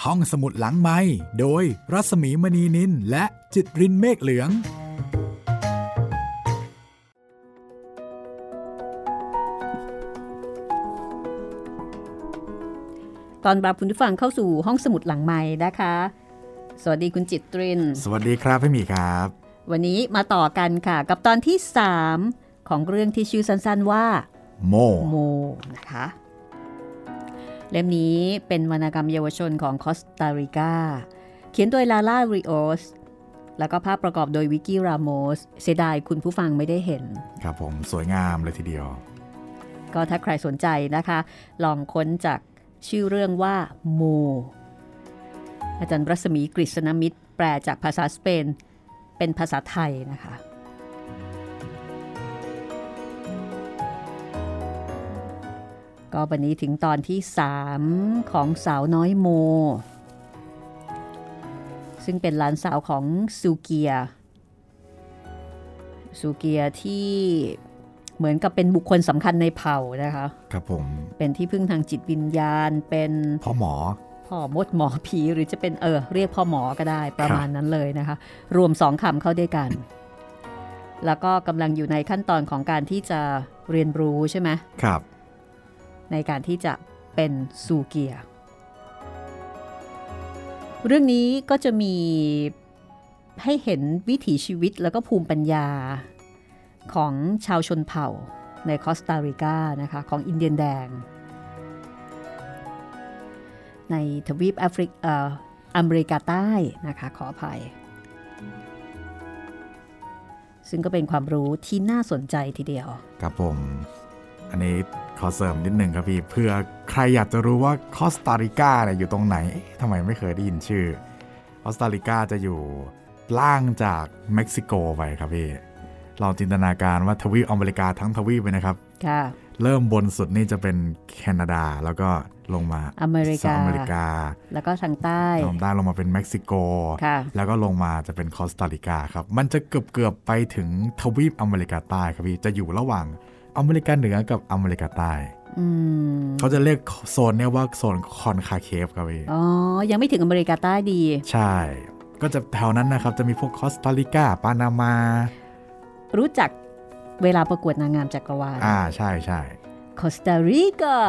ห้องสมุดหลังไมค์โดยรัศมีมณีนินและจิตรินเมฆเหลืองตอนรับคุณผู้ฟังเข้าสู่ห้องสมุดหลังไมค์นะคะสวัสดีคุณจิตรินสวัสดีครับพี่หมีครับวันนี้มาต่อกันค่ะกับตอนที่3ของเรื่องที่ชื่อสั้นๆว่าโมนะคะเล่มนี้เป็นวรรณกรรมเยาวชนของคอสตาริกาเขียนโดยลาล่าริโอสแล้วก็ภาพประกอบโดยวิกกี้รามอสเสียดายคุณผู้ฟังไม่ได้เห็นครับผมสวยงามเลยทีเดียวก็ถ้าใครสนใจนะคะลองค้นจากชื่อเรื่องว่าโมอาจารย์รัศมีกฤษณมิตรแปลจากภาษาสเปนเป็นภาษาไทยนะคะก็วันนี้ถึงตอนที่3ของสาวน้อยโมซึ่งเป็นหลานสาวของซูเกียที่เหมือนกับเป็นบุคคลสำคัญในเผ่านะคะครับผมเป็นที่พึ่งทางจิตวิญญาณเป็นพ่อหมอมดหมอผีหรือจะเป็นเรียกพ่อหมอก็ได้ประมาณนั้นเลยนะคะรวม2คำเข้าด้วยกันแล้วก็กำลังอยู่ในขั้นตอนของการที่จะเรียนรู้ใช่ไหมครับในการที่จะเป็นซูเกียเรื่องนี้ก็จะมีให้เห็นวิถีชีวิตแล้วก็ภูมิปัญญาของชาวชนเผ่าในคอสตาริกานะคะของอินเดียนแดงในทวีปอเมริกาใต้นะคะขออภัยซึ่งก็เป็นความรู้ที่น่าสนใจทีเดียวครับผมอันนี้ขอเสริมนิดนึงครับพี่เพื่อใครอยากจะรู้ว่าคอสตาริกาเนี่ยอยู่ตรงไหนทำไมไม่เคยได้ยินชื่อคอสตาริกาจะอยู่ล่างจากเม็กซิโกไปครับพี่เราจินตนาการว่าทวีปอเมริกาทั้งทวีปไปนะครับค่ะเริ่มบนสุดนี่จะเป็นแคนาดาแล้วก็ลงมาอเมริกาแล้วก็ทางใต้ลงมาเป็นเม็กซิโกแล้วก็ลงมาจะเป็นคอสตาริกาครับมันจะเกือบไปถึงทวีปอเมริกาใต้ครับพี่จะอยู่ระหว่างอเมริกาเหนือกับอเมริกาใต้เขาจะเรียกโซนเนี่ยว่าโซนคอนคาเคฟครับพี่อ๋อยังไม่ถึงอเมริกาใต้ดีใช่ก็จะแถวนั้นนะครับจะมีพวกคอสตาริกาปานามารู้จักเวลาประกวดนางงามจักรวาลใช่ใช่คอสตาริกา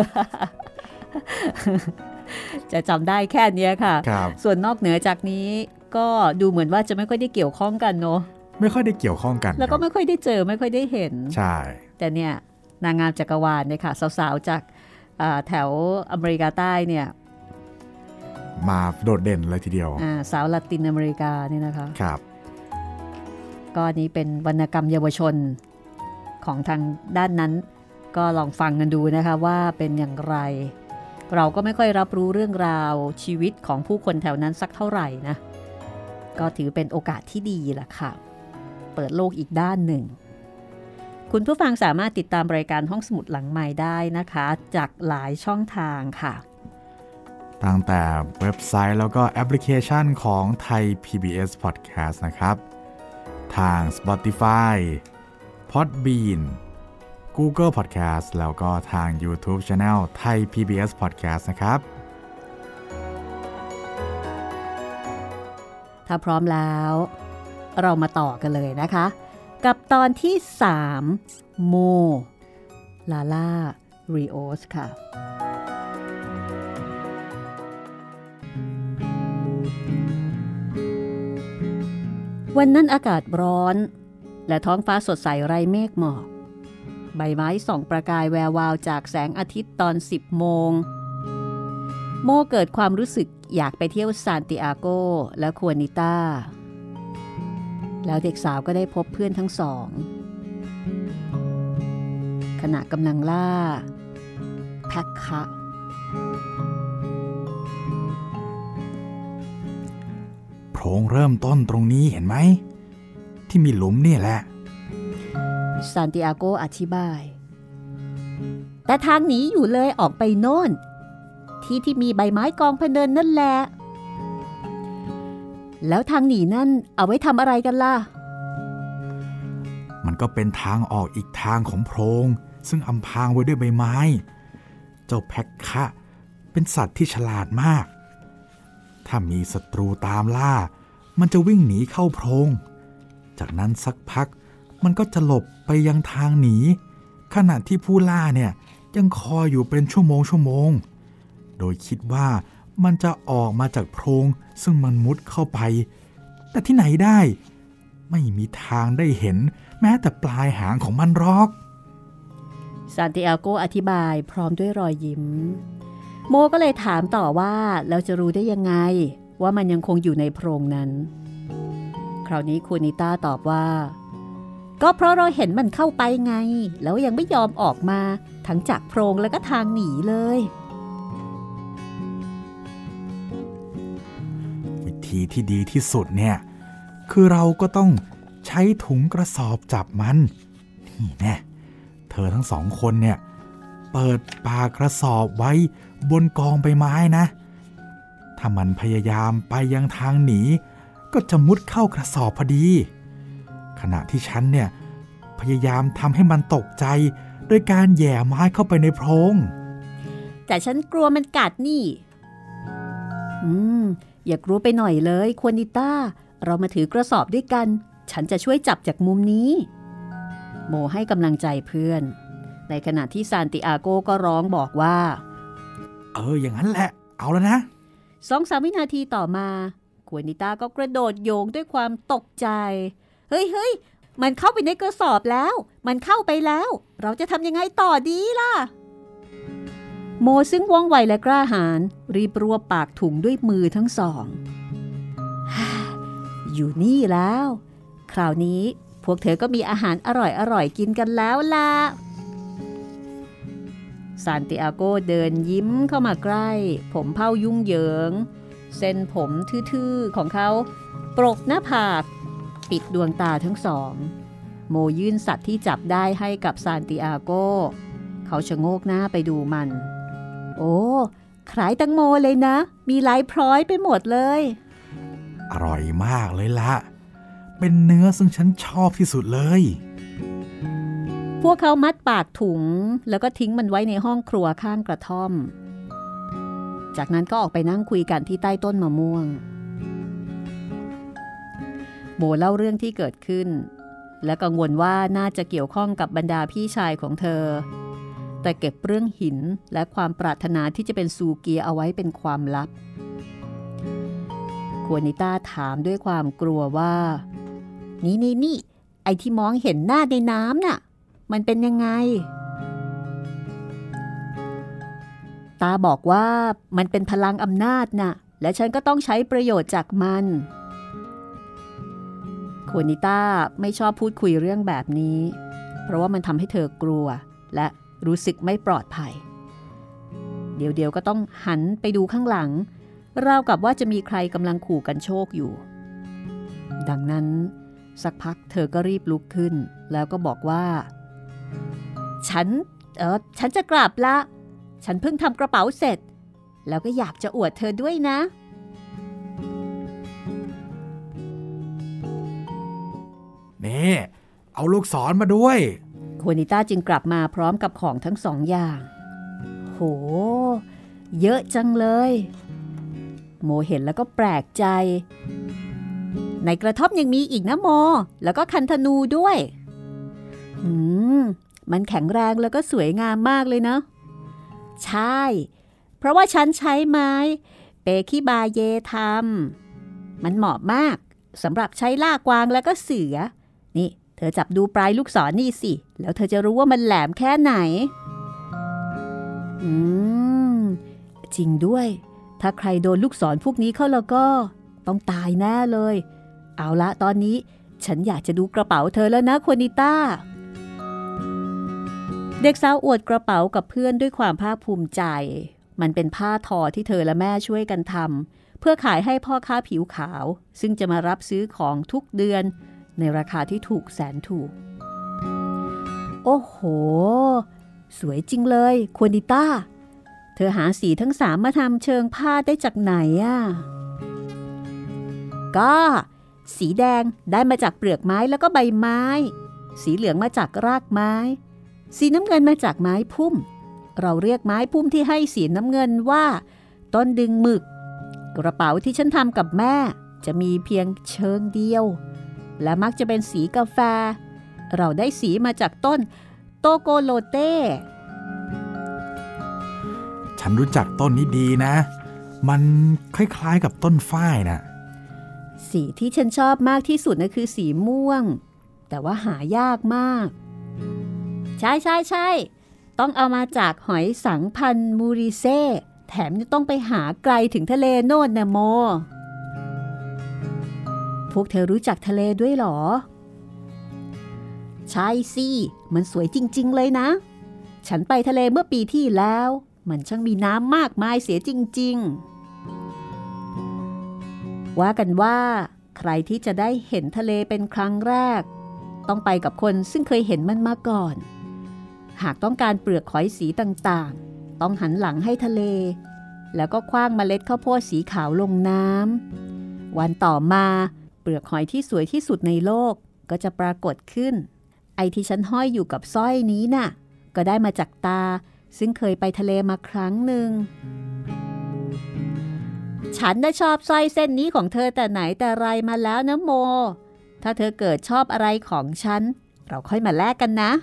จะจำได้แค่นี้ค่ะส่วนนอกเหนือจากนี้ก็ดูเหมือนว่าจะไม่ค่อยได้เกี่ยวข้องกันเนาะไม่ค่อยได้เกี่ยวข้องกันแล้วก็ไม่ค่อยได้เจอไม่ค่อยได้เห็นใช่แต่เนี่ยนางงามจักรวาลเนี่ยค่ะสาวๆจากแถวอเมริกาใต้เนี่ยมาโดดเด่นเลยทีเดียวสาวละตินอเมริกาเนี่ยนะคะครับก็นี้เป็นวรรณกรรมเยาวชนของทางด้านนั้นก็ลองฟังกันดูนะคะว่าเป็นอย่างไรเราก็ไม่ค่อยรับรู้เรื่องราวชีวิตของผู้คนแถวนั้นสักเท่าไหร่นะก็ถือเป็นโอกาสที่ดีแหละค่ะเปิดโลกอีกด้านหนึ่งคุณผู้ฟังสามารถติดตามรายการห้องสมุดหลังไมค์ได้นะคะจากหลายช่องทางค่ะตั้งแต่เว็บไซต์แล้วก็แอปพลิเคชันของไทย PBS Podcast นะครับทาง Spotify Podbean Google Podcast แล้วก็ทาง YouTube Channel ไทย PBS Podcast นะครับถ้าพร้อมแล้วเรามาต่อกันเลยนะคะกับตอนที่3โมลาล่าริโอสค่ะวันนั้นอากาศร้อนและท้องฟ้าสดใสไร้เมฆหมอกใบไม้ส่องประกายแวววาวจากแสงอาทิตย์ตอน10 โมงโมเกิดความรู้สึกอยากไปเที่ยวซานติอาโกและควานิต้าแล้วเด็กสาวก็ได้พบเพื่อนทั้งสองขณะกำลังล่าแพคคะโพรงเริ่มต้นตรงนี้เห็นไหมที่มีหลุมนี่แหละซานติอาโกอธิบายแต่ทางหนีอยู่เลยออกไปโน่นที่มีใบไม้กองพะเนินนั่นแหละแล้วทางหนีนั่นเอาไว้ทำอะไรกันล่ะมันก็เป็นทางออกอีกทางของโพรงซึ่งอำพรางไว้ด้วยใบไม้เจ้าแพคคะเป็นสัตว์ที่ฉลาดมากถ้ามีศัตรูตามล่ามันจะวิ่งหนีเข้าโพรงจากนั้นสักพักมันก็จะหลบไปยังทางหนีขณะที่ผู้ล่าเนี่ยยังคอยอยู่เป็นชั่วโมงโดยคิดว่ามันจะออกมาจากโพรงซึ่งมันมุดเข้าไปแต่ที่ไหนได้ไม่มีทางได้เห็นแม้แต่ปลายหางของมันหรอกซานติอาโกอธิบายพร้อมด้วยรอยยิ้มโมก็เลยถามต่อว่าเราจะรู้ได้ยังไงว่ามันยังคงอยู่ในโพรงนั้นคราวนี้คูนิต้าตอบว่าก็เพราะเราเห็นมันเข้าไปไงแล้วยังไม่ยอมออกมาทั้งจากโพรงแล้วก็ทางหนีเลยวิธีที่ดีที่สุดเนี่ยคือเราก็ต้องใช้ถุงกระสอบจับมันนี่แน่เธอทั้งสองคนเนี่ยเปิดปากกระสอบไว้บนกองใบไม้นะถ้ามันพยายามไปยังทางหนีก็จะมุดเข้ากระสอบพอดีขณะที่ฉันเนี่ยพยายามทำให้มันตกใจด้วยการแหย่ไม้เข้าไปในโพรงแต่ฉันกลัวมันกัดนี่อย่ากลัวไปหน่อยเลยควนิต้าเรามาถือกระสอบด้วยกันฉันจะช่วยจับจากมุมนี้โมให้กำลังใจเพื่อนในขณะที่ซานติอาโกก็ร้องบอกว่าอย่างนั้นแหละเอาแล้วนะ 2-3 วินาทีต่อมาควนิต้าก็กระโดดโยงด้วยความตกใจเฮ้ยมันเข้าไปในกระสอบแล้วมันเข้าไปแล้วเราจะทำยังไงต่อดีล่ะโมซึ่งว่องไวและกล้าหาญรีบรวบปากถุงด้วยมือทั้งสองอยู่นี่แล้วคราวนี้พวกเธอก็มีอาหารอร่อยกินกันแล้วล่ะซานติอาโกเดินยิ้มเข้ามาใกล้ผมเผ้ายุ่งเหยิงเส้นผมทื่อๆของเขาปรกหน้าผากปิดดวงตาทั้งสองโมยื่นสัตว์ที่จับได้ให้กับซานติอาโกเขาชะโงกหน้าไปดูมันโอ้คล้ายแตงโมเลยนะมีลายพร้อยไปหมดเลยอร่อยมากเลยละเป็นเนื้อซึ่งฉันชอบที่สุดเลยพวกเขามัดปากถุงแล้วก็ทิ้งมันไว้ในห้องครัวข้างกระท่อมจากนั้นก็ออกไปนั่งคุยกันที่ใต้ต้นมะม่วงโมเล่าเรื่องที่เกิดขึ้นและกังวลว่าน่าจะเกี่ยวข้องกับบรรดาพี่ชายของเธอแต่เก็บเรื่องหินและความปรารถนาที่จะเป็นซูเกียเอาไว้เป็นความลับควนิต้าถามด้วยความกลัวว่านี่ไอ้ที่มองเห็นหน้าในน้ำน่ะมันเป็นยังไงตาบอกว่ามันเป็นพลังอำนาจน่ะและฉันก็ต้องใช้ประโยชน์จากมันควนิต้าไม่ชอบพูดคุยเรื่องแบบนี้เพราะว่ามันทำให้เธอกลัวและรู้สึกไม่ปลอดภัยเดี๋ยวก็ต้องหันไปดูข้างหลังราวกับว่าจะมีใครกำลังขู่กันโชคอยู่ดังนั้นสักพักเธอก็รีบลุกขึ้นแล้วก็บอกว่าฉันจะกลับละฉันเพิ่งทำกระเป๋าเสร็จแล้วก็อยากจะอวดเธอด้วยนะนี่เอาลูกศรมาด้วยควนิต้าจึงกลับมาพร้อมกับของทั้งสองอย่างโหเยอะจังเลยโมเห็นแล้วก็แปลกใจในกระท่อมยังมีอีกนะโมแล้วก็คันธนูด้วยมันแข็งแรงแล้วก็สวยงามมากเลยนะใช่เพราะว่าฉันใช้ไม้เปคิบาเยทำมันเหมาะมากสำหรับใช้ล่ากวางแล้วก็เสือนี่เธอจับดูปลายลูกศรนี่สิแล้วเธอจะรู้ว่ามันแหลมแค่ไหนจริงด้วยถ้าใครโดนลูกศรพวกนี้เข้าแล้วก็ต้องตายแน่เลยเอาละตอนนี้ฉันอยากจะดูกระเป๋าเธอแล้วนะควนิต้าเด็กสาวอวดกระเป๋ากับเพื่อนด้วยความภาคภูมิใจมันเป็นผ้าทอที่เธอและแม่ช่วยกันทำเพื่อขายให้พ่อค้าผิวขาวซึ่งจะมารับซื้อของทุกเดือนในราคาที่ถูกแสนถูกโอ้โหสวยจริงเลยควนิต้าเธอหาสีทั้ง3มาทำเชิงผ้าได้จากไหนอ่ะก็สีแดงได้มาจากเปลือกไม้แล้วก็ใบไม้สีเหลืองมาจากรากไม้สีน้ำเงินมาจากไม้พุ่มเราเรียกไม้พุ่มที่ให้สีน้ำเงินว่าต้นดึงหมึกกระเป๋าที่ฉันทำกับแม่จะมีเพียงเชิงเดียวและมักจะเป็นสีกาแฟเราได้สีมาจากต้นโตโกโลเต้ฉันรู้จักต้นนี้ดีนะมันคล้ายๆกับต้นฝ้ายนะสีที่ฉันชอบมากที่สุดนะคือสีม่วงแต่ว่าหายากมากใช่ต้องเอามาจากหอยสังพันมูริเซ่แถมจะต้องไปหาไกลถึงทะเลโน่นนะโมพวกเธอรู้จักทะเลด้วยหรอใช่สิมันสวยจริงๆเลยนะฉันไปทะเลเมื่อปีที่แล้วมันช่างมีน้ำมากมายเสียจริงๆว่ากันว่าใครที่จะได้เห็นทะเลเป็นครั้งแรกต้องไปกับคนซึ่งเคยเห็นมันมาก่อนหากต้องการเปลือกหอยสีต่างๆต้องหันหลังให้ทะเลแล้วก็คว้างเมล็ดข้าวโพดสีขาวลงน้ำวันต่อมาเปลือกหอยที่สวยที่สุดในโลกก็จะปรากฏขึ้นไอ้ที่ฉันห้อยอยู่กับสร้อยนี้น่ะก็ได้มาจากตาซึ่งเคยไปทะเลมาครั้งหนึ่งฉันน่ะชอบสร้อยเส้นนี้ของเธอแต่ไหนแต่ไรมาแล้วนะโมถ้าเธอเกิดชอบอะไรของฉันเราค่อยมาแลกกันนะ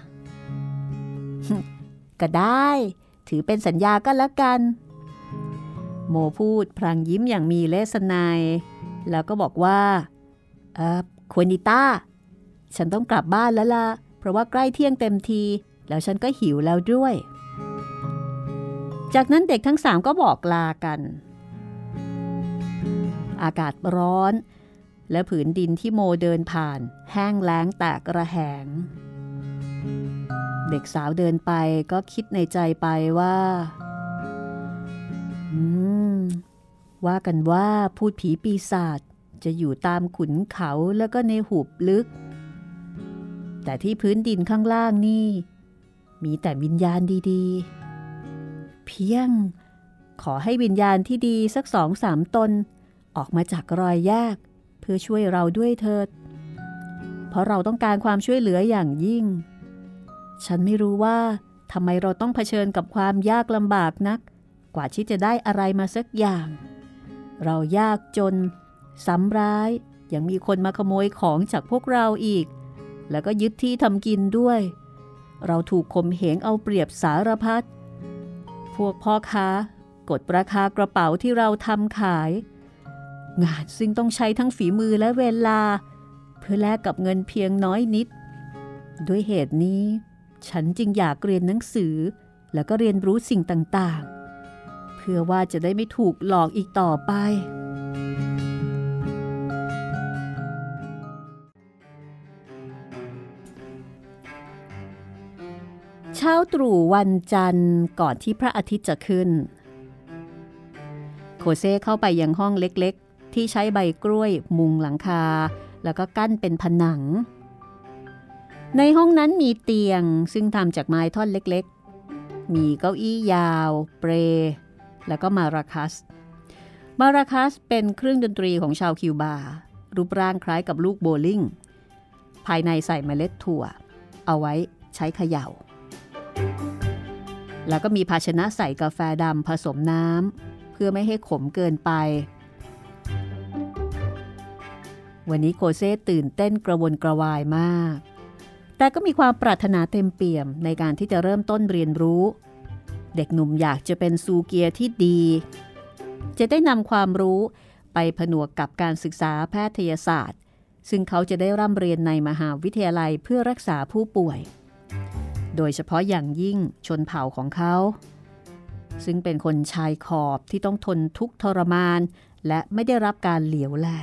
ก็ได้ถือเป็นสัญญาก็แล้วกันโมพูดพลางยิ้มอย่างมีเลสไนแล้วก็บอกว่าควนิต้าฉันต้องกลับบ้านแล้วล่ะเพราะว่าใกล้เที่ยงเต็มทีแล้วฉันก็หิวแล้วด้วยจากนั้นเด็กทั้ง3ก็บอกลากันอากาศร้อนและผืนดินที่โมเดินผ่านแห้งแล้งแตกระแหงเด็กสาวเดินไปก็คิดในใจไปว่าว่ากันว่าพูดผีปีศาจจะอยู่ตามขุนเขาแล้วก็ในหุบลึกแต่ที่พื้นดินข้างล่างนี่มีแต่วิญญาณดีๆเพียงขอให้วิญญาณที่ดีสัก 2-3 ตนออกมาจากรอยแยกเพื่อช่วยเราด้วยเถิดเพราะเราต้องการความช่วยเหลืออย่างยิ่งฉันไม่รู้ว่าทำไมเราต้องเผชิญกับความยากลำบากนักกว่าที่จะได้อะไรมาสักอย่างเรายากจนซ้ำร้ายยังมีคนมาขโมยของจากพวกเราอีกแล้วก็ยึดที่ทำกินด้วยเราถูกข่มเหงเอาเปรียบสารพัดพวกพ่อค้ากดราคากระเป๋าที่เราทำขายงานซึ่งต้องใช้ทั้งฝีมือและเวลาเพื่อแลกกับเงินเพียงน้อยนิดด้วยเหตุนี้ฉันจึงอยากเรียนหนังสือแล้วก็เรียนรู้สิ่งต่างๆเพื่อว่าจะได้ไม่ถูกหลอกอีกต่อไปเช้าตรู่วันจันทร์ก่อนที่พระอาทิตย์จะขึ้นโคเซ่เข้าไปยังห้องเล็กๆที่ใช้ใบกล้วยมุงหลังคาแล้วก็กั้นเป็นผนังในห้องนั้นมีเตียงซึ่งทำจากไม้ท่อนเล็กๆมีเก้าอี้ยาวเปรแล้วก็มาราคัสเป็นเครื่องดนตรีของชาวคิวบารูปร่างคล้ายกับลูกโบว์ลิ่งภายในใส่เมล็ดถั่วเอาไว้ใช้เขย่าแล้วก็มีภาชนะใส่กาแฟดำผสมน้ำเพื่อไม่ให้ขมเกินไปวันนี้โคเซ่ตื่นเต้นกระวนกระวายมากแต่ก็มีความปรารถนาเต็มเปี่ยมในการที่จะเริ่มต้นเรียนรู้เด็กหนุ่มอยากจะเป็นซูเกียที่ดีจะได้นำความรู้ไปผนวกกับการศึกษาแพทยศาสตร์ซึ่งเขาจะได้ร่ำเรียนในมหาวิทยาลัยเพื่อรักษาผู้ป่วยโดยเฉพาะอย่างยิ่งชนเผ่าของเขาซึ่งเป็นคนชายขอบที่ต้องทนทุกข์ทรมานและไม่ได้รับการเหลียวแล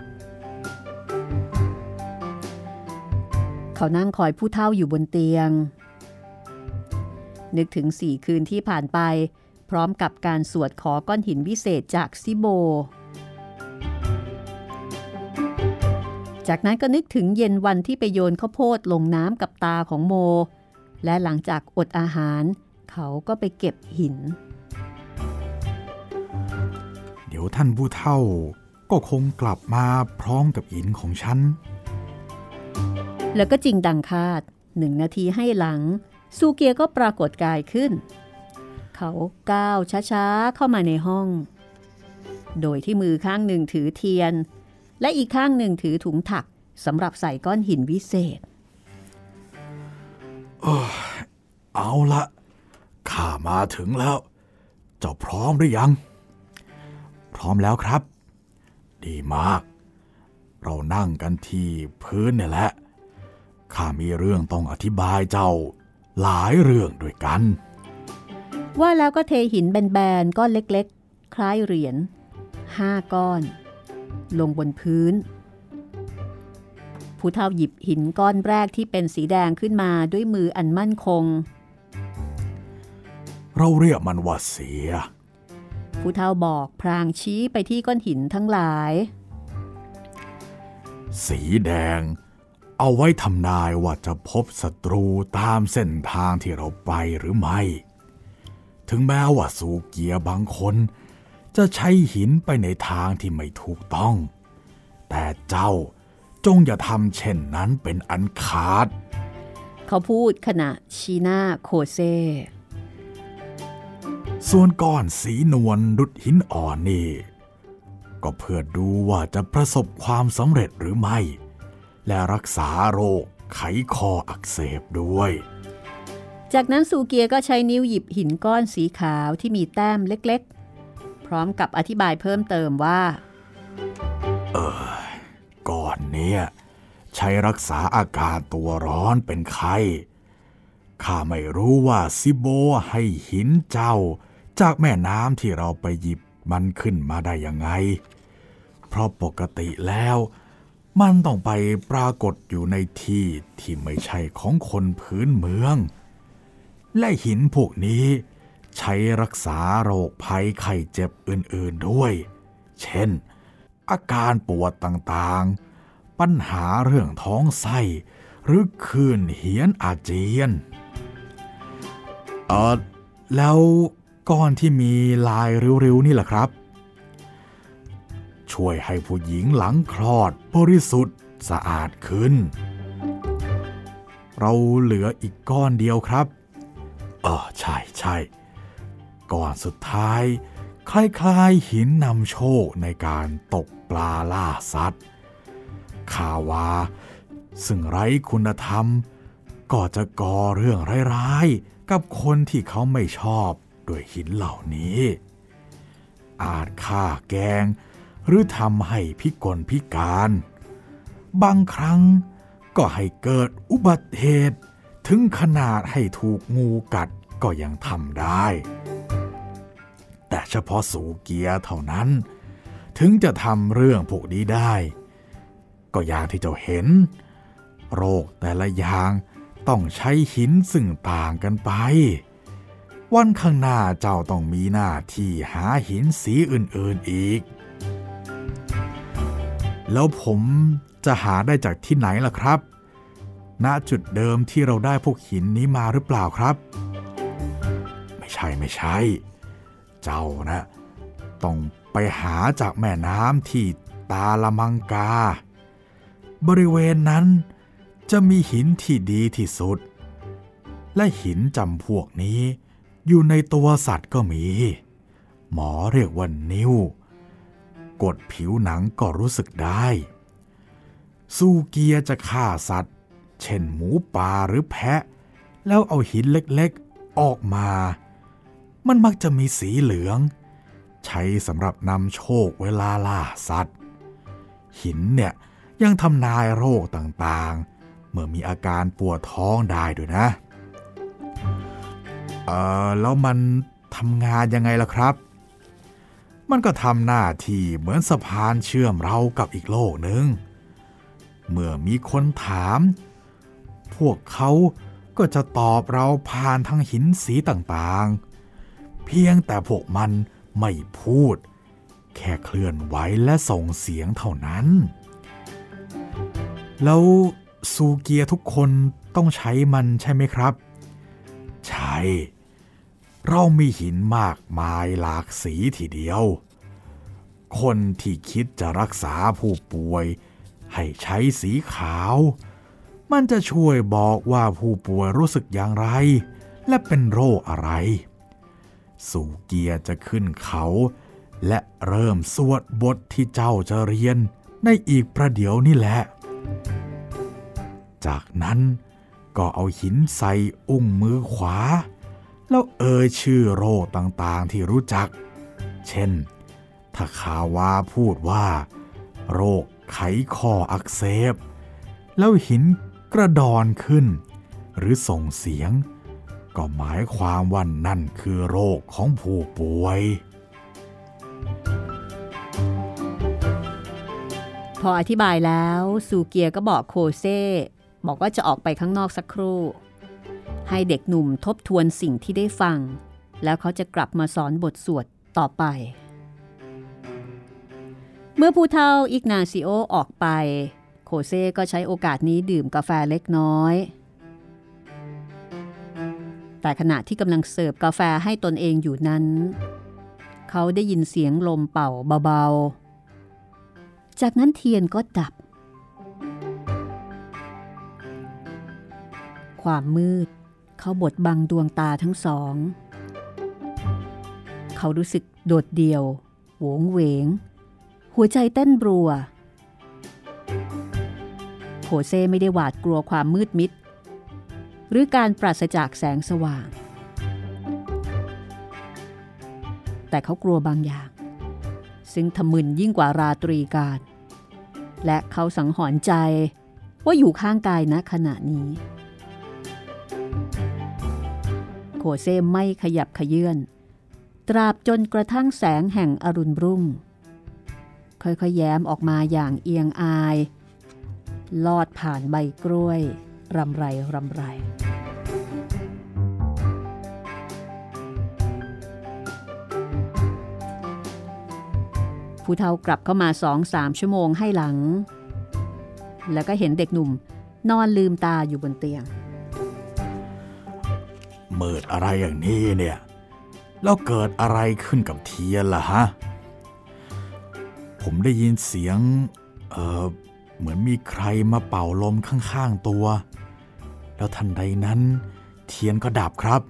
เขานั่งคอยผู้เฒ่าอยู่บนเตียงนึกถึง4 คืนที่ผ่านไปพร้อมกับการสวดขอก้อนหินวิเศษจากซิโบจากนั้นก็นึกถึงเย็นวันที่ไปโยนข้าวโพดลงน้ำกับตาของโมและหลังจากอดอาหารเขาก็ไปเก็บหินเดี๋ยวท่านผู้เฒ่าก็คงกลับมาพร้อมกับหินของฉันแล้วก็จริงดังคาด1 นาทีให้หลังซูเกียก็ปรากฏกายขึ้นเขาก้าวช้าๆเข้ามาในห้องโดยที่มือข้างหนึ่งถือเทียนและอีกข้างหนึ่งถือถุงถักสำหรับใส่ก้อนหินวิเศษเอาละข้ามาถึงแล้วเจ้าพร้อมหรือยังพร้อมแล้วครับดีมากเรานั่งกันที่พื้นเนี่ยแหละข้ามีเรื่องต้องอธิบายเจ้าหลายเรื่องด้วยกันว่าแล้วก็เทหินแบนๆก้อนเล็กๆคล้ายเหรียญ5 ก้อนลงบนพื้นผู้เฒ่าหยิบหินก้อนแรกที่เป็นสีแดงขึ้นมาด้วยมืออันมั่นคงเราเรียกมันว่าเสียผู้เฒ่าบอกพลางชี้ไปที่ก้อนหินทั้งหลายสีแดงเอาไว้ทำนายว่าจะพบศัตรูตามเส้นทางที่เราไปหรือไม่ถึงแม้ว่าซูเกียบางคนจะใช้หินไปในทางที่ไม่ถูกต้องแต่เจ้าจงอย่าทำเช่นนั้นเป็นอันขาดเขาพูดขณะชี้หน้าโคเซส่วนก้อนสีนวลดุจหินอ่อนนี่ก็เพื่อดูว่าจะประสบความสำเร็จหรือไม่และรักษาโรคไขข้ออักเสบด้วยจากนั้นซูเกียก็ใช้นิ้วหยิบหินก้อนสีขาวที่มีแต้มเล็กๆพร้อมกับอธิบายเพิ่มเติมว่าก้อนนี้ใช้รักษาอาการตัวร้อนเป็นไข้ข้าไม่รู้ว่าซิโบให้หินเจ้าจากแม่น้ำที่เราไปหยิบมันขึ้นมาได้ยังไงเพราะปกติแล้วมันต้องไปปรากฏอยู่ในที่ที่ไม่ใช่ของคนพื้นเมืองและหินพวกนี้ใช้รักษาโรคภัยไข้เจ็บอื่นๆด้วยเช่นอาการปวดต่างๆปัญหาเรื่องท้องไส้หรือคลื่นเหียนอาเจียนแล้วก้อนที่มีลายริ้วๆนี่แหละครับช่วยให้ผู้หญิงหลังคลอดบริสุทธิ์สะอาดขึ้นเราเหลืออีกก้อนเดียวครับใช่ก้อนสุดท้ายคล้ายๆหินนำโชคในการตกปลาล่าสัตว์ข่าวว่าซึ่งไร้คุณธรรมก็จะก่อเรื่องร้ายๆกับคนที่เขาไม่ชอบด้วยหินเหล่านี้อาจฆ่าแกล้งหรือทำให้พิกลพิการบางครั้งก็ให้เกิดอุบัติเหตุถึงขนาดให้ถูกงูกัดก็ยังทำได้แต่เฉพาะซูเกียเท่านั้นถึงจะทำเรื่องพวกนี้ได้ก็อย่างที่เจ้าเห็นโรคแต่ละอย่างต้องใช้หินซึ่งต่างกันไปวันข้างหน้าเจ้าต้องมีหน้าที่หาหินสีอื่นๆอีกแล้วผมจะหาได้จากที่ไหนล่ะครับณจุดเดิมที่เราได้พวกหินนี้มาหรือเปล่าครับไม่ใช่เจ้านะต้องไปหาจากแม่น้ำที่ตาละมังกาบริเวณนั้นจะมีหินที่ดีที่สุดและหินจำพวกนี้อยู่ในตัวสัตว์ก็มีหมอเรียกว่านิ้วกดผิวหนังก็รู้สึกได้ซูเกียจะฆ่าสัตว์เช่นหมูป่าหรือแพะแล้วเอาหินเล็กๆออกมามันมักจะมีสีเหลืองใช้สำหรับนำโชคเวลาล่าสัตว์หินเนี่ยยังทำนายโรคต่างๆเมื่อมีอาการปวดท้องได้ด้วยนะแล้วมันทำงานยังไงล่ะครับมันก็ทำหน้าที่เหมือนสะพานเชื่อมเรากับอีกโลกหนึ่งเมื่อมีคนถามพวกเขาก็จะตอบเราผ่านทางหินสีต่างๆเพียงแต่พวกมันไม่พูดแค่เคลื่อนไหวและส่งเสียงเท่านั้นแล้วซูเกียทุกคนต้องใช้มันใช่ไหมครับใช่เรามีหินมากมายหลากสีทีเดียวคนที่คิดจะรักษาผู้ป่วยให้ใช้สีขาวมันจะช่วยบอกว่าผู้ป่วยรู้สึกอย่างไรและเป็นโรคอะไรซูเกียจะขึ้นเขาและเริ่มสวดบทที่เจ้าจะเรียนในอีกประเดี๋ยวนี่แหละจากนั้นก็เอาหินใส่อุ้งมือขวาแล้วเอ่ยชื่อโรคต่างๆที่รู้จักเช่นถ้าข่าวว่าพูดว่าโรคไขข้ออักเสบแล้วหินกระดอนขึ้นหรือส่งเสียงก็หมายความว่านั่นคือโรคของผู้ป่วยพออธิบายแล้วซูเกียก็บอกโคเซ่บอกว่าจะออกไปข้างนอกสักครู่ให้เด็กหนุ่มทบทวนสิ่งที่ได้ฟังแล้วเขาจะกลับมาสอนบทสวดต่อไปเมื่อผู้เฒ่าอิกนาซิโอออกไปโคเซ่ก็ใช้โอกาสนี้ดื่มกาแฟเล็กน้อยแต่ขณะที่กำลังเสิร์ฟกาแฟให้ตนเองอยู่นั้นเขาได้ยินเสียงลมเป่าเบาๆจากนั้นเทียนก็ดับความมืดเขาบดบังดวงตาทั้งสองเขารู้สึกโดดเดี่ยวโหวงเหวงหัวใจเต้นรัวโคเซ่ไม่ได้หวาดกลัวความมืดมิดหรือการปราศจากแสงสว่างแต่เขากลัวบางอย่างซึ่งทะมึนยิ่งกว่าราตรีการและเขาสังหรณ์ใจว่าอยู่ข้างกายณขณะนี้โคเซ่ไม่ขยับเขยื้อนตราบจนกระทั่งแสงแห่งอรุณรุ่งค่อยๆแย้มออกมาอย่างเอียงอายลอดผ่านใบกล้วยรำไรรำไรผู้เฒ่ากลับเข้ามา 2-3 ชั่วโมงให้หลังแล้วก็เห็นเด็กหนุ่มนอนลืมตาอยู่บนเตียงมืดอะไรอย่างนี้เนี่ยแล้วเกิดอะไรขึ้นกับเทียนล่ะฮะผมได้ยินเสียงเหมือนมีใครมาเป่าลมข้างๆตัวแล้วทันใดนั้นเทียนก็ดับครับ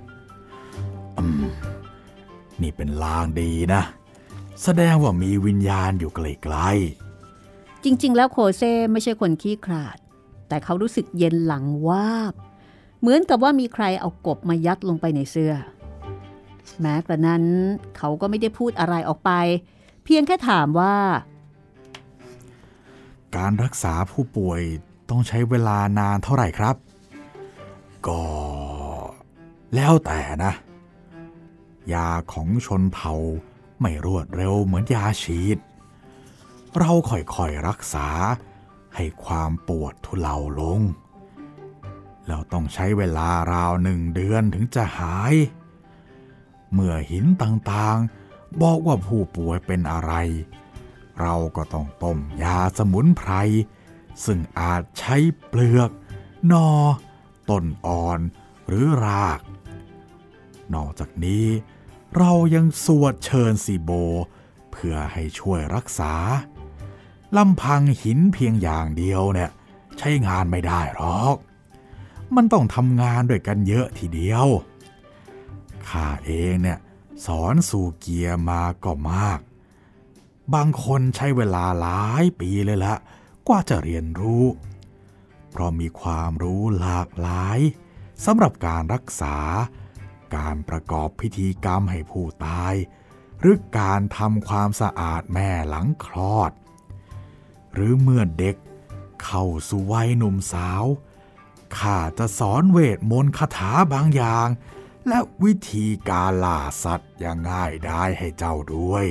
นี่เป็นลางดีนะแสดงว่ามีวิญญาณอยู่ไกลๆจริงๆแล้วโคเซ่ไม่ใช่คนขี้ขลาดแต่เขารู้สึกเย็นหลังวาบเหมือนกับว่ามีใครเอากบมายัดลงไปในเสื้อแม้กระนั้นเขาก็ไม่ได้พูดอะไรออกไปเพียงแค่ถามว่าการรักษาผู้ป่วยต้องใช้เวลานานเท่าไหร่ครับก็แล้วแต่นะยาของชนเผ่าไม่รวดเร็วเหมือนยาฉีดเราค่อยๆรักษาให้ความปวดทุเลาลงแล้วต้องใช้เวลาราว1 เดือนถึงจะหายเมื่อหินต่างๆบอกว่าผู้ป่วยเป็นอะไรเราก็ต้องต้มยาสมุนไพรซึ่งอาจใช้เปลือกนอต้นอ่อนหรือรากนอกจากนี้เรายังสวดเชิญซีโบเพื่อให้ช่วยรักษาลำพังหินเพียงอย่างเดียวเนี่ยใช้งานไม่ได้หรอกมันต้องทำงานด้วยกันเยอะทีเดียวข้าเองเนี่ยสอนซูเกียมาก็มากบางคนใช้เวลาหลายปีเลยละกว่าจะเรียนรู้เพราะมีความรู้หลากหลายสำหรับการรักษาการประกอบพิธีกรรมให้ผู้ตายหรือการทำความสะอาดแม่หลังคลอดหรือเมื่อเด็กเข้าสู่วัยหนุ่มสาวข้าจะสอนเวทมนต์คาถาบางอย่างและวิธีการล่าสัตว์อย่างง่ายดายให้เจ้าด้วย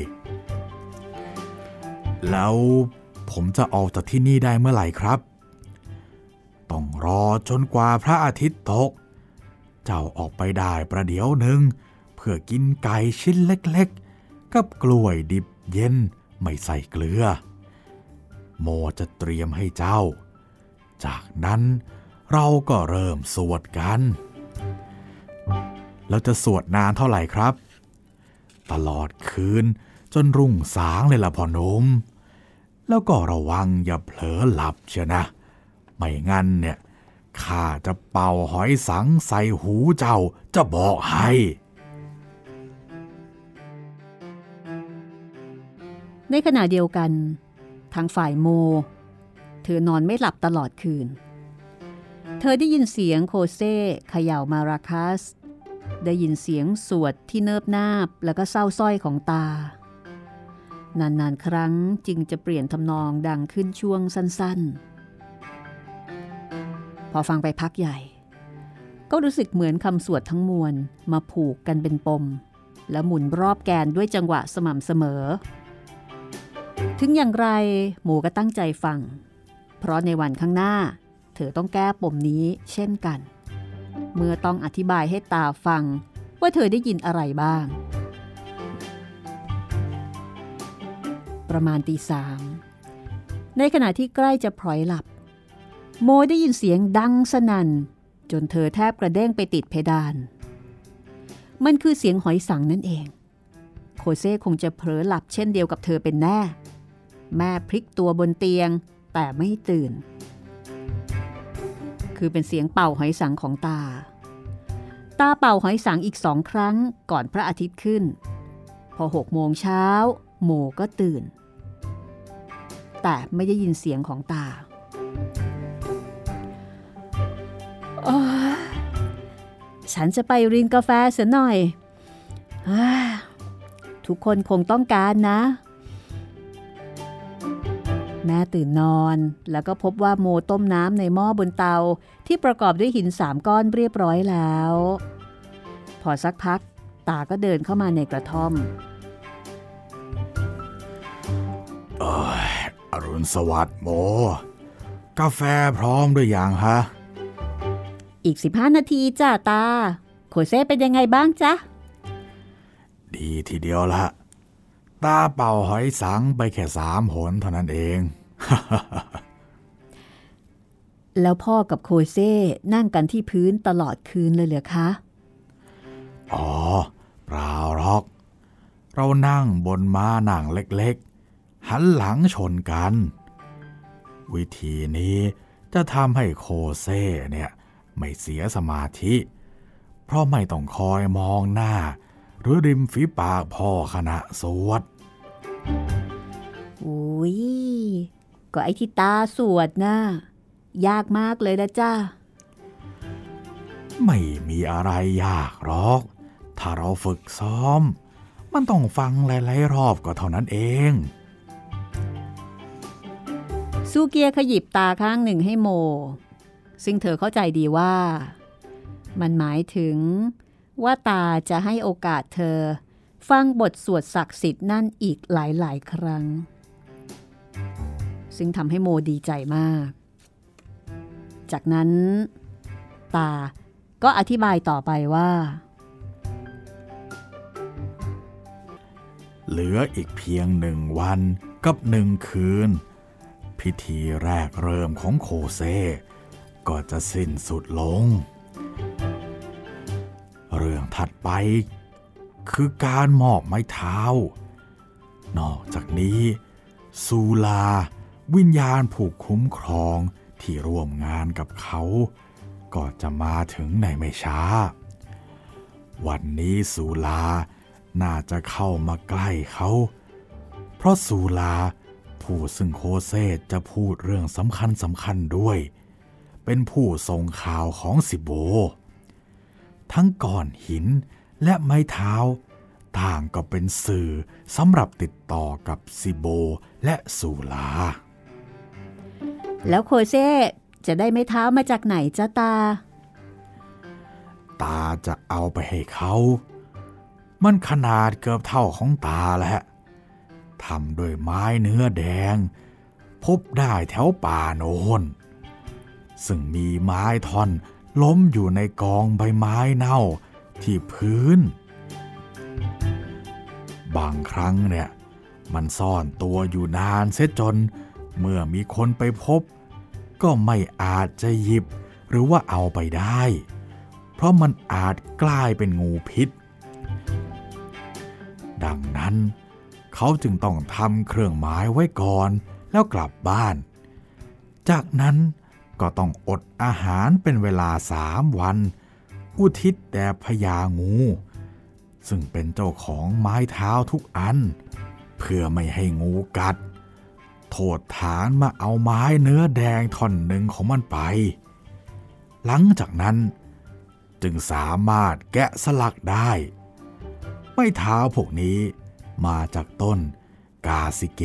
แล้วผมจะออกจากที่นี่ได้เมื่อไหร่ครับต้องรอจนกว่าพระอาทิตย์ตกเจ้าออกไปได้ประเดี๋ยวหนึ่งเพื่อกินไก่ชิ้นเล็กๆกับกล้วยดิบเย็นไม่ใส่เกลือโมจะเตรียมให้เจ้าจากนั้นเราก็เริ่มสวดกันแล้วจะสวดนานเท่าไหร่ครับตลอดคืนจนรุ่งสางเลยล่ะพ่อหนุ่มแล้วก็ระวังอย่าเผลอหลับเชียวนะไม่งั้นเนี่ยข้าจะเป่าหอยสังใส่หูเจ้าจะบอกให้ในขณะเดียวกันทางฝ่ายโมเธอนอนไม่หลับตลอดคืนเธอได้ยินเสียงโคเซ่เขย่ามาราคัสได้ยินเสียงสวดที่เนิบนาบแล้วก็เศร้าส้อยของตานานๆครั้งจึงจะเปลี่ยนทำนองดังขึ้นช่วงสั้นๆพอฟังไปพักใหญ่ก็รู้สึกเหมือนคำสวดทั้งมวลมาผูกกันเป็นปมแล้วหมุนรอบแกนด้วยจังหวะสม่ำเสมอถึงอย่างไรหมูก็ตั้งใจฟังเพราะในวันข้างหน้าเธอต้องแก้ปมนี้เช่นกันเมื่อต้องอธิบายให้ตาฟังว่าเธอได้ยินอะไรบ้างประมาณตี 3ในขณะที่ใกล้จะพลอยหลับโมได้ยินเสียงดังสนั่นจนเธอแทบกระเด้งไปติดเพดานมันคือเสียงหอยสังนั่นเองโคเซ่คงจะเผลอหลับเช่นเดียวกับเธอเป็นแน่แม่พลิกตัวบนเตียงแต่ไม่ตื่นคือเป็นเสียงเป่าหอยสังของตาเป่าหอยสังอีก2 ครั้งก่อนพระอาทิตย์ขึ้นพอ6 โมงเช้าโมก็ตื่นแต่ไม่ได้ยินเสียงของตาฉันจะไปรินกาแฟเสียหน่อยทุกคนคงต้องการนะแม่ตื่นนอนแล้วก็พบว่าโมต้มน้ำในหม้อบนเตาที่ประกอบด้วยหิน3 ก้อนเรียบร้อยแล้วพอสักพักตาก็เดินเข้ามาในกระท่อมอรุณสวัสดิ์โมกาแฟพร้อมหรือยังฮะอีก15 นาทีจ้าตาโคเซ่เป็นยังไงบ้างจ๊ะดีทีเดียวละตาเป่าหอยสังไปแค่3 หนเท่านั้นเองแล้วพ่อกับโคเซ่นั่งกันที่พื้นตลอดคืนเลยเหรอคะอ๋อเปล่าหรอกเรานั่งบนม้านั่งเล็กๆหันหลังชนกันวิธีนี้จะทำให้โคเซ่เนี่ยไม่เสียสมาธิเพราะไม่ต้องคอยมองหน้าหรือริมฝีปากพ่อขณะสวดอุ้ยก็ไอ้ที่ตาสวดนะยากมากเลยนะจ้าไม่มีอะไรยากหรอกถ้าเราฝึกซ้อมมันต้องฟังหลายๆรอบก็เท่านั้นเองซูเกียขยิบตาข้างหนึ่งให้โมซึ่งเธอเข้าใจดีว่ามันหมายถึงว่าตาจะให้โอกาสเธอฟังบทสวดศักดิ์สิทธิ์นั่นอีกหลายๆครั้งซึ่งทำให้โมดีใจมากจากนั้นตาก็อธิบายต่อไปว่าเหลืออีกเพียง1 วันกับ1 คืนพิธีแรกเริ่มของโคเซ่ก็จะสิ้นสุดลงเรื่องถัดไปคือการมอบไม้เท้านอกจากนี้ซูลาวิญญาณผู้คุ้มครองที่ร่วมงานกับเขาก็จะมาถึงในไม่ช้าวันนี้ซูลาน่าจะเข้ามาใกล้เขาเพราะซูลาผู้ซึ่งโคเซ่จะพูดเรื่องสำคัญด้วยเป็นผู้ส่งข่าวของซิโบทั้งก้อนหินและไม้เท้าต่างก็เป็นสื่อสำหรับติดต่อกับซิโบและซูลาแล้วโคเซ่จะได้ไม้เท้ามาจากไหนจ๊ะตาจะเอาไปให้เขามันขนาดเกือบเท่าของตาแหละทำด้วยไม้เนื้อแดงพบได้แถวป่าโนนซึ่งมีไม้ท่อนล้มอยู่ในกองใบไม้เน่าที่พื้นบางครั้งเนี่ยมันซ่อนตัวอยู่นานเสียจนเมื่อมีคนไปพบก็ไม่อาจจะหยิบหรือว่าเอาไปได้เพราะมันอาจกลายเป็นงูพิษดังนั้นเขาจึงต้องทำเครื่องหมายไว้ก่อนแล้วกลับบ้านจากนั้นก็ต้องอดอาหารเป็นเวลา3 วันอุทิศแด่พญางูซึ่งเป็นเจ้าของไม้เท้าทุกอันเพื่อไม่ให้งูกัดโทษฐานมาเอาไม้เนื้อแดงท่อนหนึ่งของมันไปหลังจากนั้นจึงสามารถแกะสลักได้ไม้เท้าพวกนี้มาจากต้นกาซิเก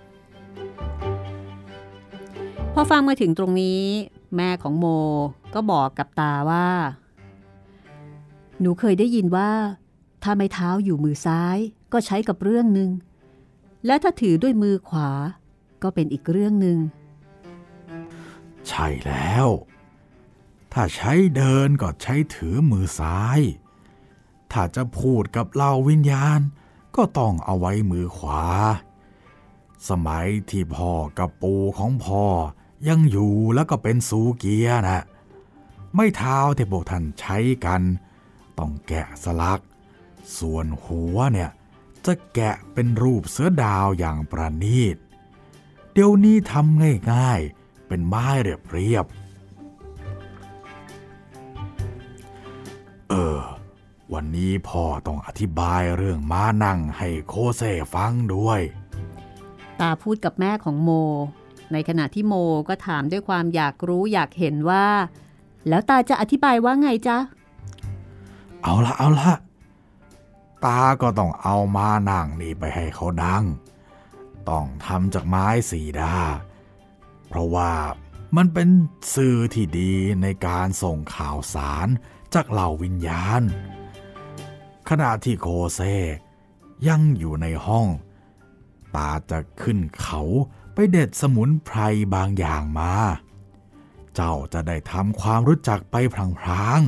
พอฟังมาถึงตรงนี้แม่ของโมก็บอกกับตาว่าหนูเคยได้ยินว่าถ้าไม้เท้าอยู่มือซ้ายก็ใช้กับเรื่องหนึ่งและถ้าถือด้วยมือขวาก็เป็นอีกเรื่องหนึ่งใช่แล้วถ้าใช้เดินก็ใช้ถือมือซ้ายถ้าจะพูดกับเหล่าวิญญาณก็ต้องเอาไว้มือขวาสมัยที่พ่อกับปู่ของพ่อยังอยู่แล้วก็เป็นซูเกียนะไม้เท้าที่พวกท่านใช้กันต้องแกะสลักส่วนหัวเนี่ยจะแกะเป็นรูปเสือดาวอย่างประณีตเดี๋ยวนี้ทำง่ายๆเป็นไม้เรียบวันนี้พ่อต้องอธิบายเรื่องม้านั่งให้โคเซ่ฟังด้วยตาพูดกับแม่ของโมในขณะที่โมก็ถามด้วยความอยากรู้อยากเห็นว่าแล้วตาจะอธิบายว่าไงจ๊ะเอาละตาก็ต้องเอาม้านั่งนี่ไปให้เขานั่งต้องทำจากไม้สีดาเพราะว่ามันเป็นสื่อที่ดีในการส่งข่าวสารจากเหล่าวิญญาณขณะที่โคเซ่ยังอยู่ในห้องตาจะขึ้นเขาไปเด็ดสมุนไพรบางอย่างมาเจ้าจะได้ทำความรู้จักไปพลาง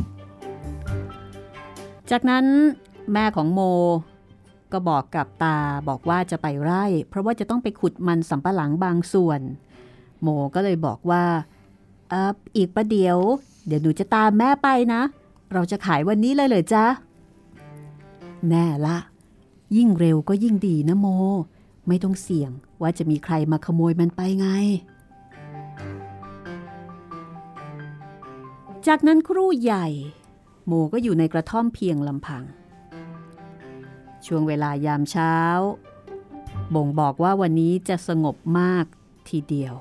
ๆจากนั้นแม่ของโมก็บอกกับตาบอกว่าจะไปไร่เพราะว่าจะต้องไปขุดมันสำปะหลังบางส่วนโมก็เลยบอกว่าอีกประเดี๋ยวหนูจะตามแม่ไปนะเราจะขายวันนี้เลยเหรอจ๊ะแน่ละยิ่งเร็วก็ยิ่งดีนะโมไม่ต้องเสี่ยงว่าจะมีใครมาขโมยมันไปไงจากนั้นครู่ใหญ่โมก็อยู่ในกระท่อมเพียงลำพังช่วงเวลายามเช้าบ่งบอกว่าวันนี้จะสงบมากทีเดียว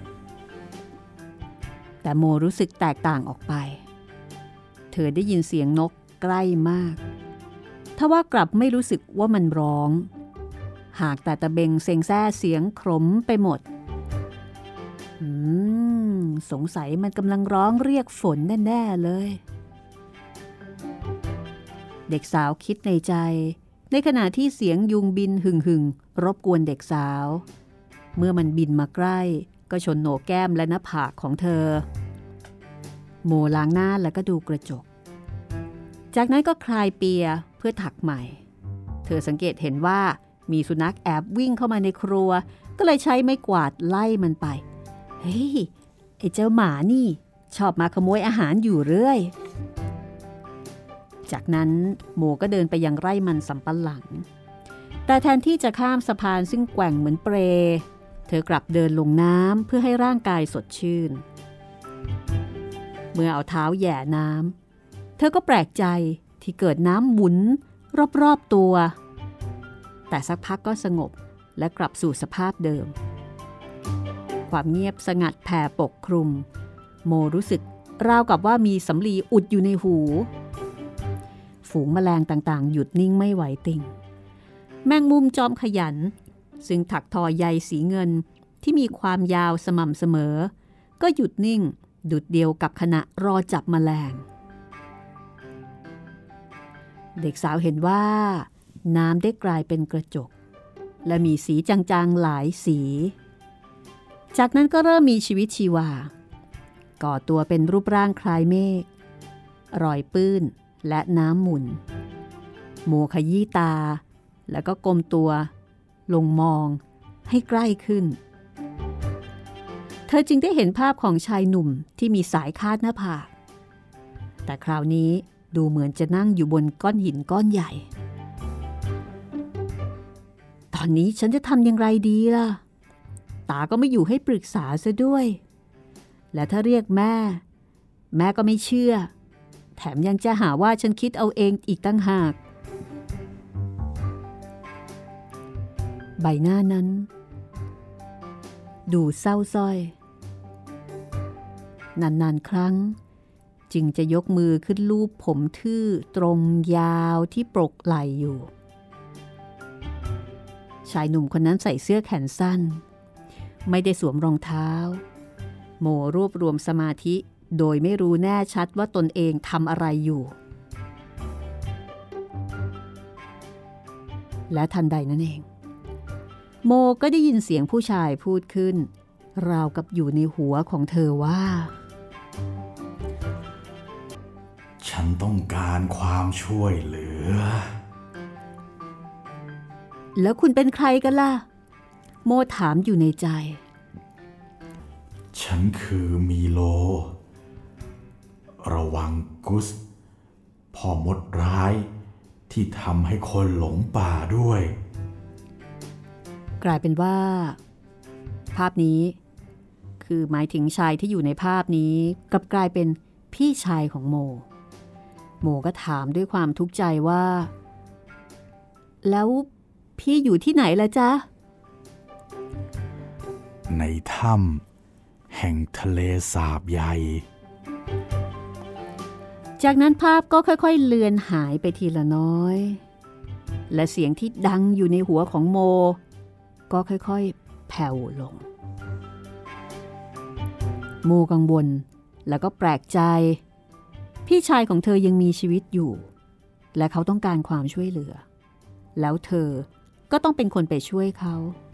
แต่โมรู้สึกแตกต่างออกไปเธอได้ยินเสียงนกใกล้มากทว่ากลับไม่รู้สึกว่ามันร้องหากแต่ตะเบงเซ็งแซ่เสียงขมไปหมดสงสัยมันกำลังร้องเรียกฝนแน่ๆเลยเด็กสาวคิดในใจในขณะที่เสียงยุงบินหึ่งๆรบกวนเด็กสาวเมื่อมันบินมาใกล้ก็ชนโหนกแก้มและหน้าผากของเธอโมล้างหน้าแล้วก็ดูกระจกจากนั้นก็คลายเปียเพื่อถักใหม่เธอสังเกตเห็นว่ามีสุนัขแอบวิ่งเข้ามาในครัวก็เลยใช้ไม้กวาดไล่มันไปเฮ้ยไอ้เจ้าหมานี่ชอบมาขโมยอาหารอยู่เรื่อยจากนั้นโมก็เดินไปยังไร่มันสำปะหลังแต่แทนที่จะข้ามสะพานซึ่งแกว่งเหมือนเปลเธอกลับเดินลงน้ำเพื่อให้ร่างกายสดชื่นเมื่อเอาเท้าแหย่น้ำเธอก็แปลกใจที่เกิดน้ำหมุนรอบๆตัวแต่สักพักก็สงบและกลับสู่สภาพเดิมความเงียบสงัดแผ่ปกคลุมโมรู้สึกราวกับว่ามีสำลีอุดอยู่ในหูฝูงแมลงต่างๆหยุดนิ่งไม่ไหวติงแมงมุมจอมขยันซึ่งถักทอใยสีเงินที่มีความยาวสม่ำเสมอก็หยุดนิ่งดุจเดียวกับขณะรอจับแมลงเด็กสาวเห็นว่าน้ำได้กลายเป็นกระจกและมีสีจางๆหลายสีจากนั้นก็เริ่มมีชีวิตชีวาก่อตัวเป็นรูปร่างคล้ายเมฆรอยปื้นและน้ำหมุนโมขยี้ตาแล้วก็ก้มตัวลงมองให้ใกล้ขึ้นเธอจึงได้เห็นภาพของชายหนุ่มที่มีสายคาดหน้าผากแต่คราวนี้ดูเหมือนจะนั่งอยู่บนก้อนหินก้อนใหญ่ตอนนี้ฉันจะทำอย่างไรดีล่ะตาก็ไม่อยู่ให้ปรึกษาซะด้วยและถ้าเรียกแม่ก็ไม่เชื่อแถมยังจะหาว่าฉันคิดเอาเองอีกตั้งหากใบหน้านั้นดูเศร้าส้อยนานๆครั้งจึงจะยกมือขึ้นลูบผมทื่อตรงยาวที่ปรกไหล่อยู่ชายหนุ่มคนนั้นใส่เสื้อแขนสั้นไม่ได้สวมรองเท้าโมรวบรวมสมาธิโดยไม่รู้แน่ชัดว่าตนเองทำอะไรอยู่และทันใดนั้นเองโมก็ได้ยินเสียงผู้ชายพูดขึ้นราวกับอยู่ในหัวของเธอว่าฉันต้องการความช่วยเหลือแล้วคุณเป็นใครกันล่ะโมถามอยู่ในใจฉันคือมีโลระวังกุสพ่อมดร้ายที่ทำให้คนหลงป่าด้วยกลายเป็นว่าภาพนี้คือหมายถึงชายที่อยู่ในภาพนี้กลับกลายเป็นพี่ชายของโมก็ถามด้วยความทุกข์ใจว่าแล้วพี่อยู่ที่ไหนล่ะจ๊ะในถ้ำแห่งทะเลสาบใหญ่จากนั้นภาพก็ค่อยๆเลือนหายไปทีละน้อยและเสียงที่ดังอยู่ในหัวของโมก็ค่อยๆแผ่วลงโมกังวลแล้วก็แปลกใจพี่ชายของเธอยังมีชีวิตอยู่และเขาต้องการความช่วยเหลือแล้วเธอก็ต้องเป็นคนไปช่วยเขา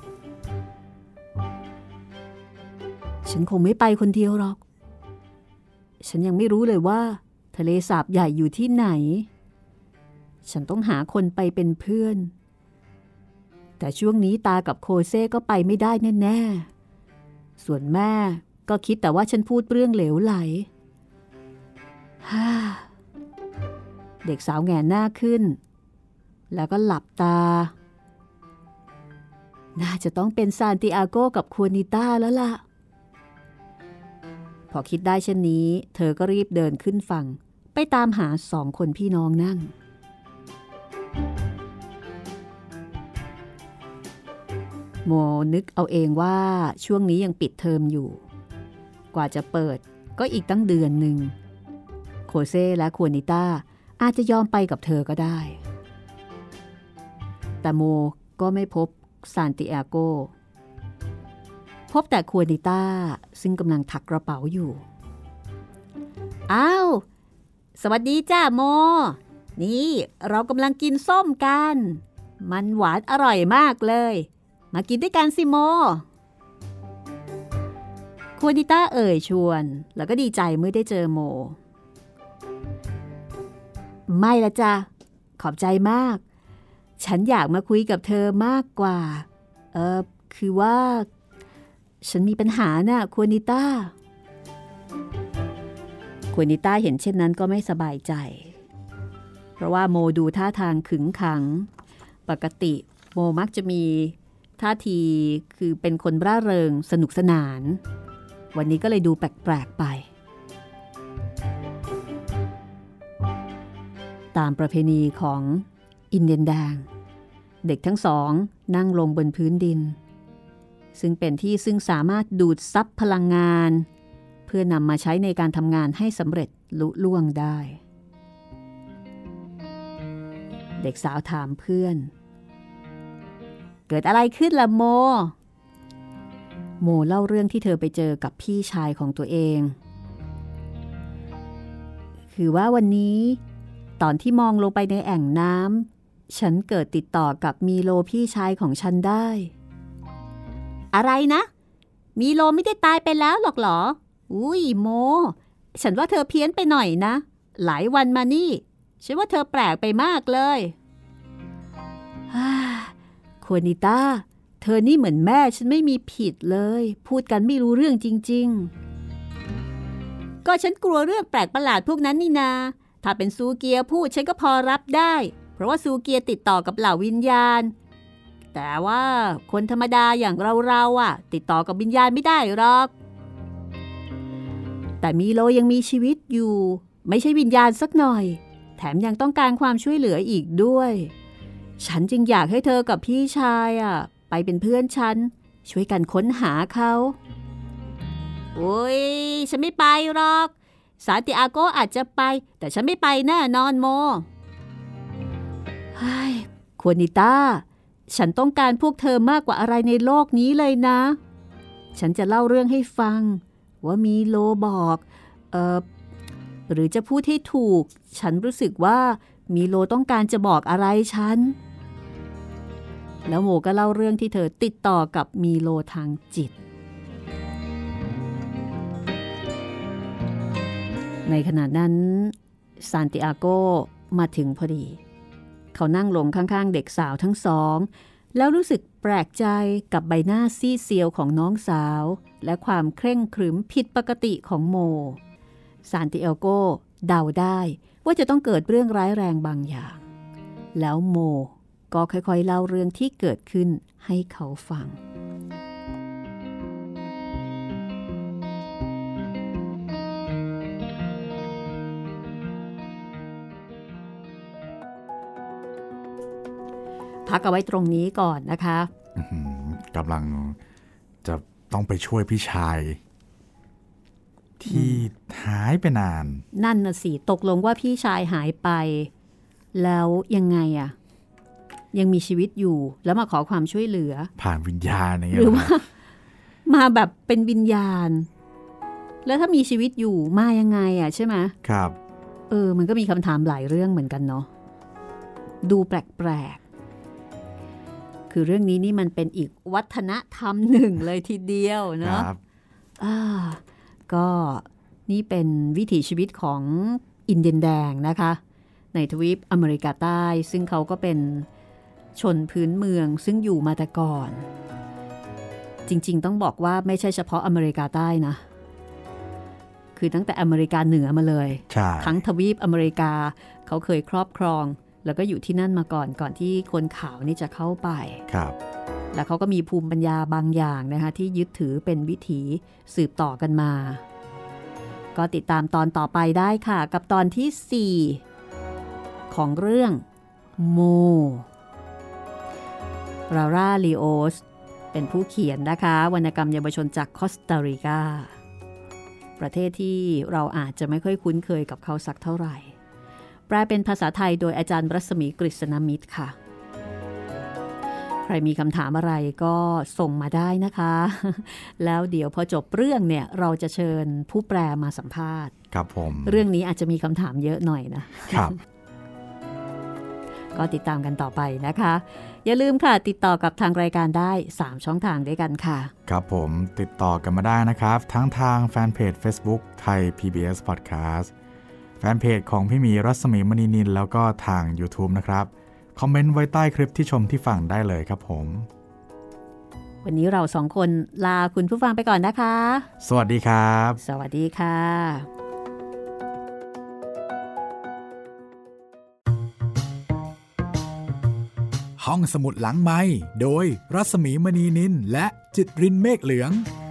ฉันคงไม่ไปคนเดียวหรอกฉันยังไม่รู้เลยว่าทะเลสาบใหญ่อยู่ที่ไหนฉันต้องหาคนไปเป็นเพื่อนแต่ช่วงนี้ตากับโคเซ่ก็ไปไม่ได้แน่ๆส่วนแม่ก็คิดแต่ว่าฉันพูดเรื่องเหลวไหลเด็กสาวแหงนหน้าขึ้นแล้วก็หลับตาน่าจะต้องเป็นซานติอาโกกับควนิต้าแล้วล่ะพอคิดได้เช่นนี้เธอก็รีบเดินขึ้นฝั่งไปตามหา2 คนพี่น้องนั่นโมนึกเอาเองว่าช่วงนี้ยังปิดเทอมอยู่กว่าจะเปิดก็อีกตั้งเดือนหนึ่งโคเซ่และควนิต้าอาจจะยอมไปกับเธอก็ได้แต่โมก็ไม่พบซานติอาโกพบแต่ควนิต้าซึ่งกำลังถักกระเป๋าอยู่อ้าวสวัสดีจ้าโมนี่เรากำลังกินส้มกันมันหวานอร่อยมากเลยมากินด้วยกันสิโมควนิต้าเอ่ยชวนแล้วก็ดีใจเมื่อได้เจอโมไม่ละจ้ะขอบใจมากฉันอยากมาคุยกับเธอมากกว่าคือว่าฉันมีปัญหาน่ะควนิต้าเห็นเช่นนั้นก็ไม่สบายใจเพราะว่าโมดูท่าทางขึงขังปกติโมมักจะมีท่าทีคือเป็นคนร่าเริงสนุกสนานวันนี้ก็เลยดูแปลกๆไปตามประเพณีของอินเดียนแดงเด็กทั้งสองนั่งลงบนพื้นดินซึ่งเป็นที่ซึ่งสามารถดูดซับพลังงานเพื่อนำมาใช้ในการทำงานให้สำเร็จลุล่วงได้เด็กสาวถามเพื่อนเกิดอะไรขึ้นล่ะโมเล่าเรื่องที่เธอไปเจอกับพี่ชายของตัวเองคือว่าวันนี้ตอนที่มองลงไปในแอ่งน้ำฉันเกิดติดต่อกับมีโลพี่ชายของฉันได้อะไรนะมีโลไม่ได้ตายไปแล้วหรอกเหรออุ้ยโมฉันว่าเธอเพี้ยนไปหน่อยนะหลายวันมานี่ฉันว่าเธอแปลกไปมากเลยควนิต้าเธอนี่เหมือนแม่ฉันไม่มีผิดเลยพูดกันไม่รู้เรื่องจริงๆก็ฉันกลัวเรื่องแปลกประหลาดพวกนั้นนี่นาถ้าเป็นซูเกียพูดฉันก็พอรับได้เพราะว่าซูเกียติดต่อกับเหล่าวิญญาณแต่ว่าคนธรรมดาอย่างเราอ่ะติดต่อกับวิญญาณไม่ได้หรอกแต่มีโลยังมีชีวิตอยู่ไม่ใช่วิญญาณสักหน่อยแถมยังต้องการความช่วยเหลืออีกด้วยฉันจึงอยากให้เธอกับพี่ชายไปเป็นเพื่อนฉันช่วยกันค้นหาเขาโอ้ยฉันไม่ไปหรอกซานติอาโกอาจจะไปแต่ฉันไม่ไปแน่นอนโมเฮ้ยควนิต้าฉันต้องการพวกเธอมากกว่าอะไรในโลกนี้เลยนะฉันจะเล่าเรื่องให้ฟังว่ามีโลบอกหรือจะพูดให้ถูกฉันรู้สึกว่ามีโลต้องการจะบอกอะไรฉันแล้วโมก็เล่าเรื่องที่เธอติดต่อกับมีโลทางจิตในขณะนั้นซานติอาโกมาถึงพอดีเขานั่งลงข้างๆเด็กสาวทั้งสองแล้วรู้สึกแปลกใจกับใบหน้าซีดเซียวของน้องสาวและความเคร่งครึ้มผิดปกติของโมซานติอาโกเดาได้ว่าจะต้องเกิดเรื่องร้ายแรงบางอย่างแล้วโมก็ค่อยๆเล่าเรื่องที่เกิดขึ้นให้เขาฟังพักเอาไว้ตรงนี้ก่อนนะคะกำลังจะต้องไปช่วยพี่ชายที่หายไปนานนั่นน่ะสิตกลงว่าพี่ชายหายไปแล้วยังไงอะยังมีชีวิตอยู่แล้วมาขอความช่วยเหลือผ่านวิญญาณหรือว่ามาแบบเป็นวิญญาณแล้วถ้ามีชีวิตอยู่มายังไงอะใช่ไหมครับมันก็มีคำถามหลายเรื่องเหมือนกันเนาะดูแปลกคือเรื่องนี้นี่มันเป็นอีกวัฒนธรรมหนึ่งเลยทีเดียวเนาะก็นี่เป็นวิถีชีวิตของอินเดียนแดงนะคะในทวีปอเมริกาใต้ซึ่งเขาก็เป็นชนพื้นเมืองซึ่งอยู่มาแต่ก่อนจริงๆต้องบอกว่าไม่ใช่เฉพาะอเมริกาใต้นะคือตั้งแต่อเมริกาเหนือมาเลยทั้งทวีปอเมริกาเขาเคยครอบครองแล้วก็อยู่ที่นั่นมาก่อนที่คนขาวนี่จะเข้าไปครับแล้วเขาก็มีภูมิปัญญาบางอย่างนะคะที่ยึดถือเป็นวิถีสืบต่อกันมาก็ติดตามตอนต่อไปได้ค่ะกับตอนที่4ของเรื่องโมราร่าลีโอสเป็นผู้เขียนนะคะวรรณกรรมเยาวชนจากคอสตาริกาประเทศที่เราอาจจะไม่ค่อยคุ้นเคยกับเขาสักเท่าไหร่แปลเป็นภาษาไทยโดยอาจารย์รัศมีกฤษณมิตรค่ะใครมีคำถามอะไรก็ส่งมาได้นะคะแล้วเดี๋ยวพอจบเรื่องเนี่ยเราจะเชิญผู้แปลมาสัมภาษณ์ครับผมเรื่องนี้อาจจะมีคำถามเยอะหน่อยนะครับ ก็ติดตามกันต่อไปนะคะอย่าลืมค่ะติดต่อกับทางรายการได้3ช่องทางด้วยกันค่ะครับผมติดต่อกันมาได้นะครับทั้งทางแฟนเพจ Facebook ไทย PBS Podcast แฟนเพจของพี่หมีรัศมีมณีนินแล้วก็ทาง YouTube นะครับคอมเมนต์ไว้ใต้คลิปที่ชมที่ฟังได้เลยครับผมวันนี้เรา2คนลาคุณผู้ฟังไปก่อนนะคะสวัสดีครับสวัสดีค่ะห้องสมุดหลังไมค์โดยรัศมีมณีนินและจิตรินเมฆเหลือง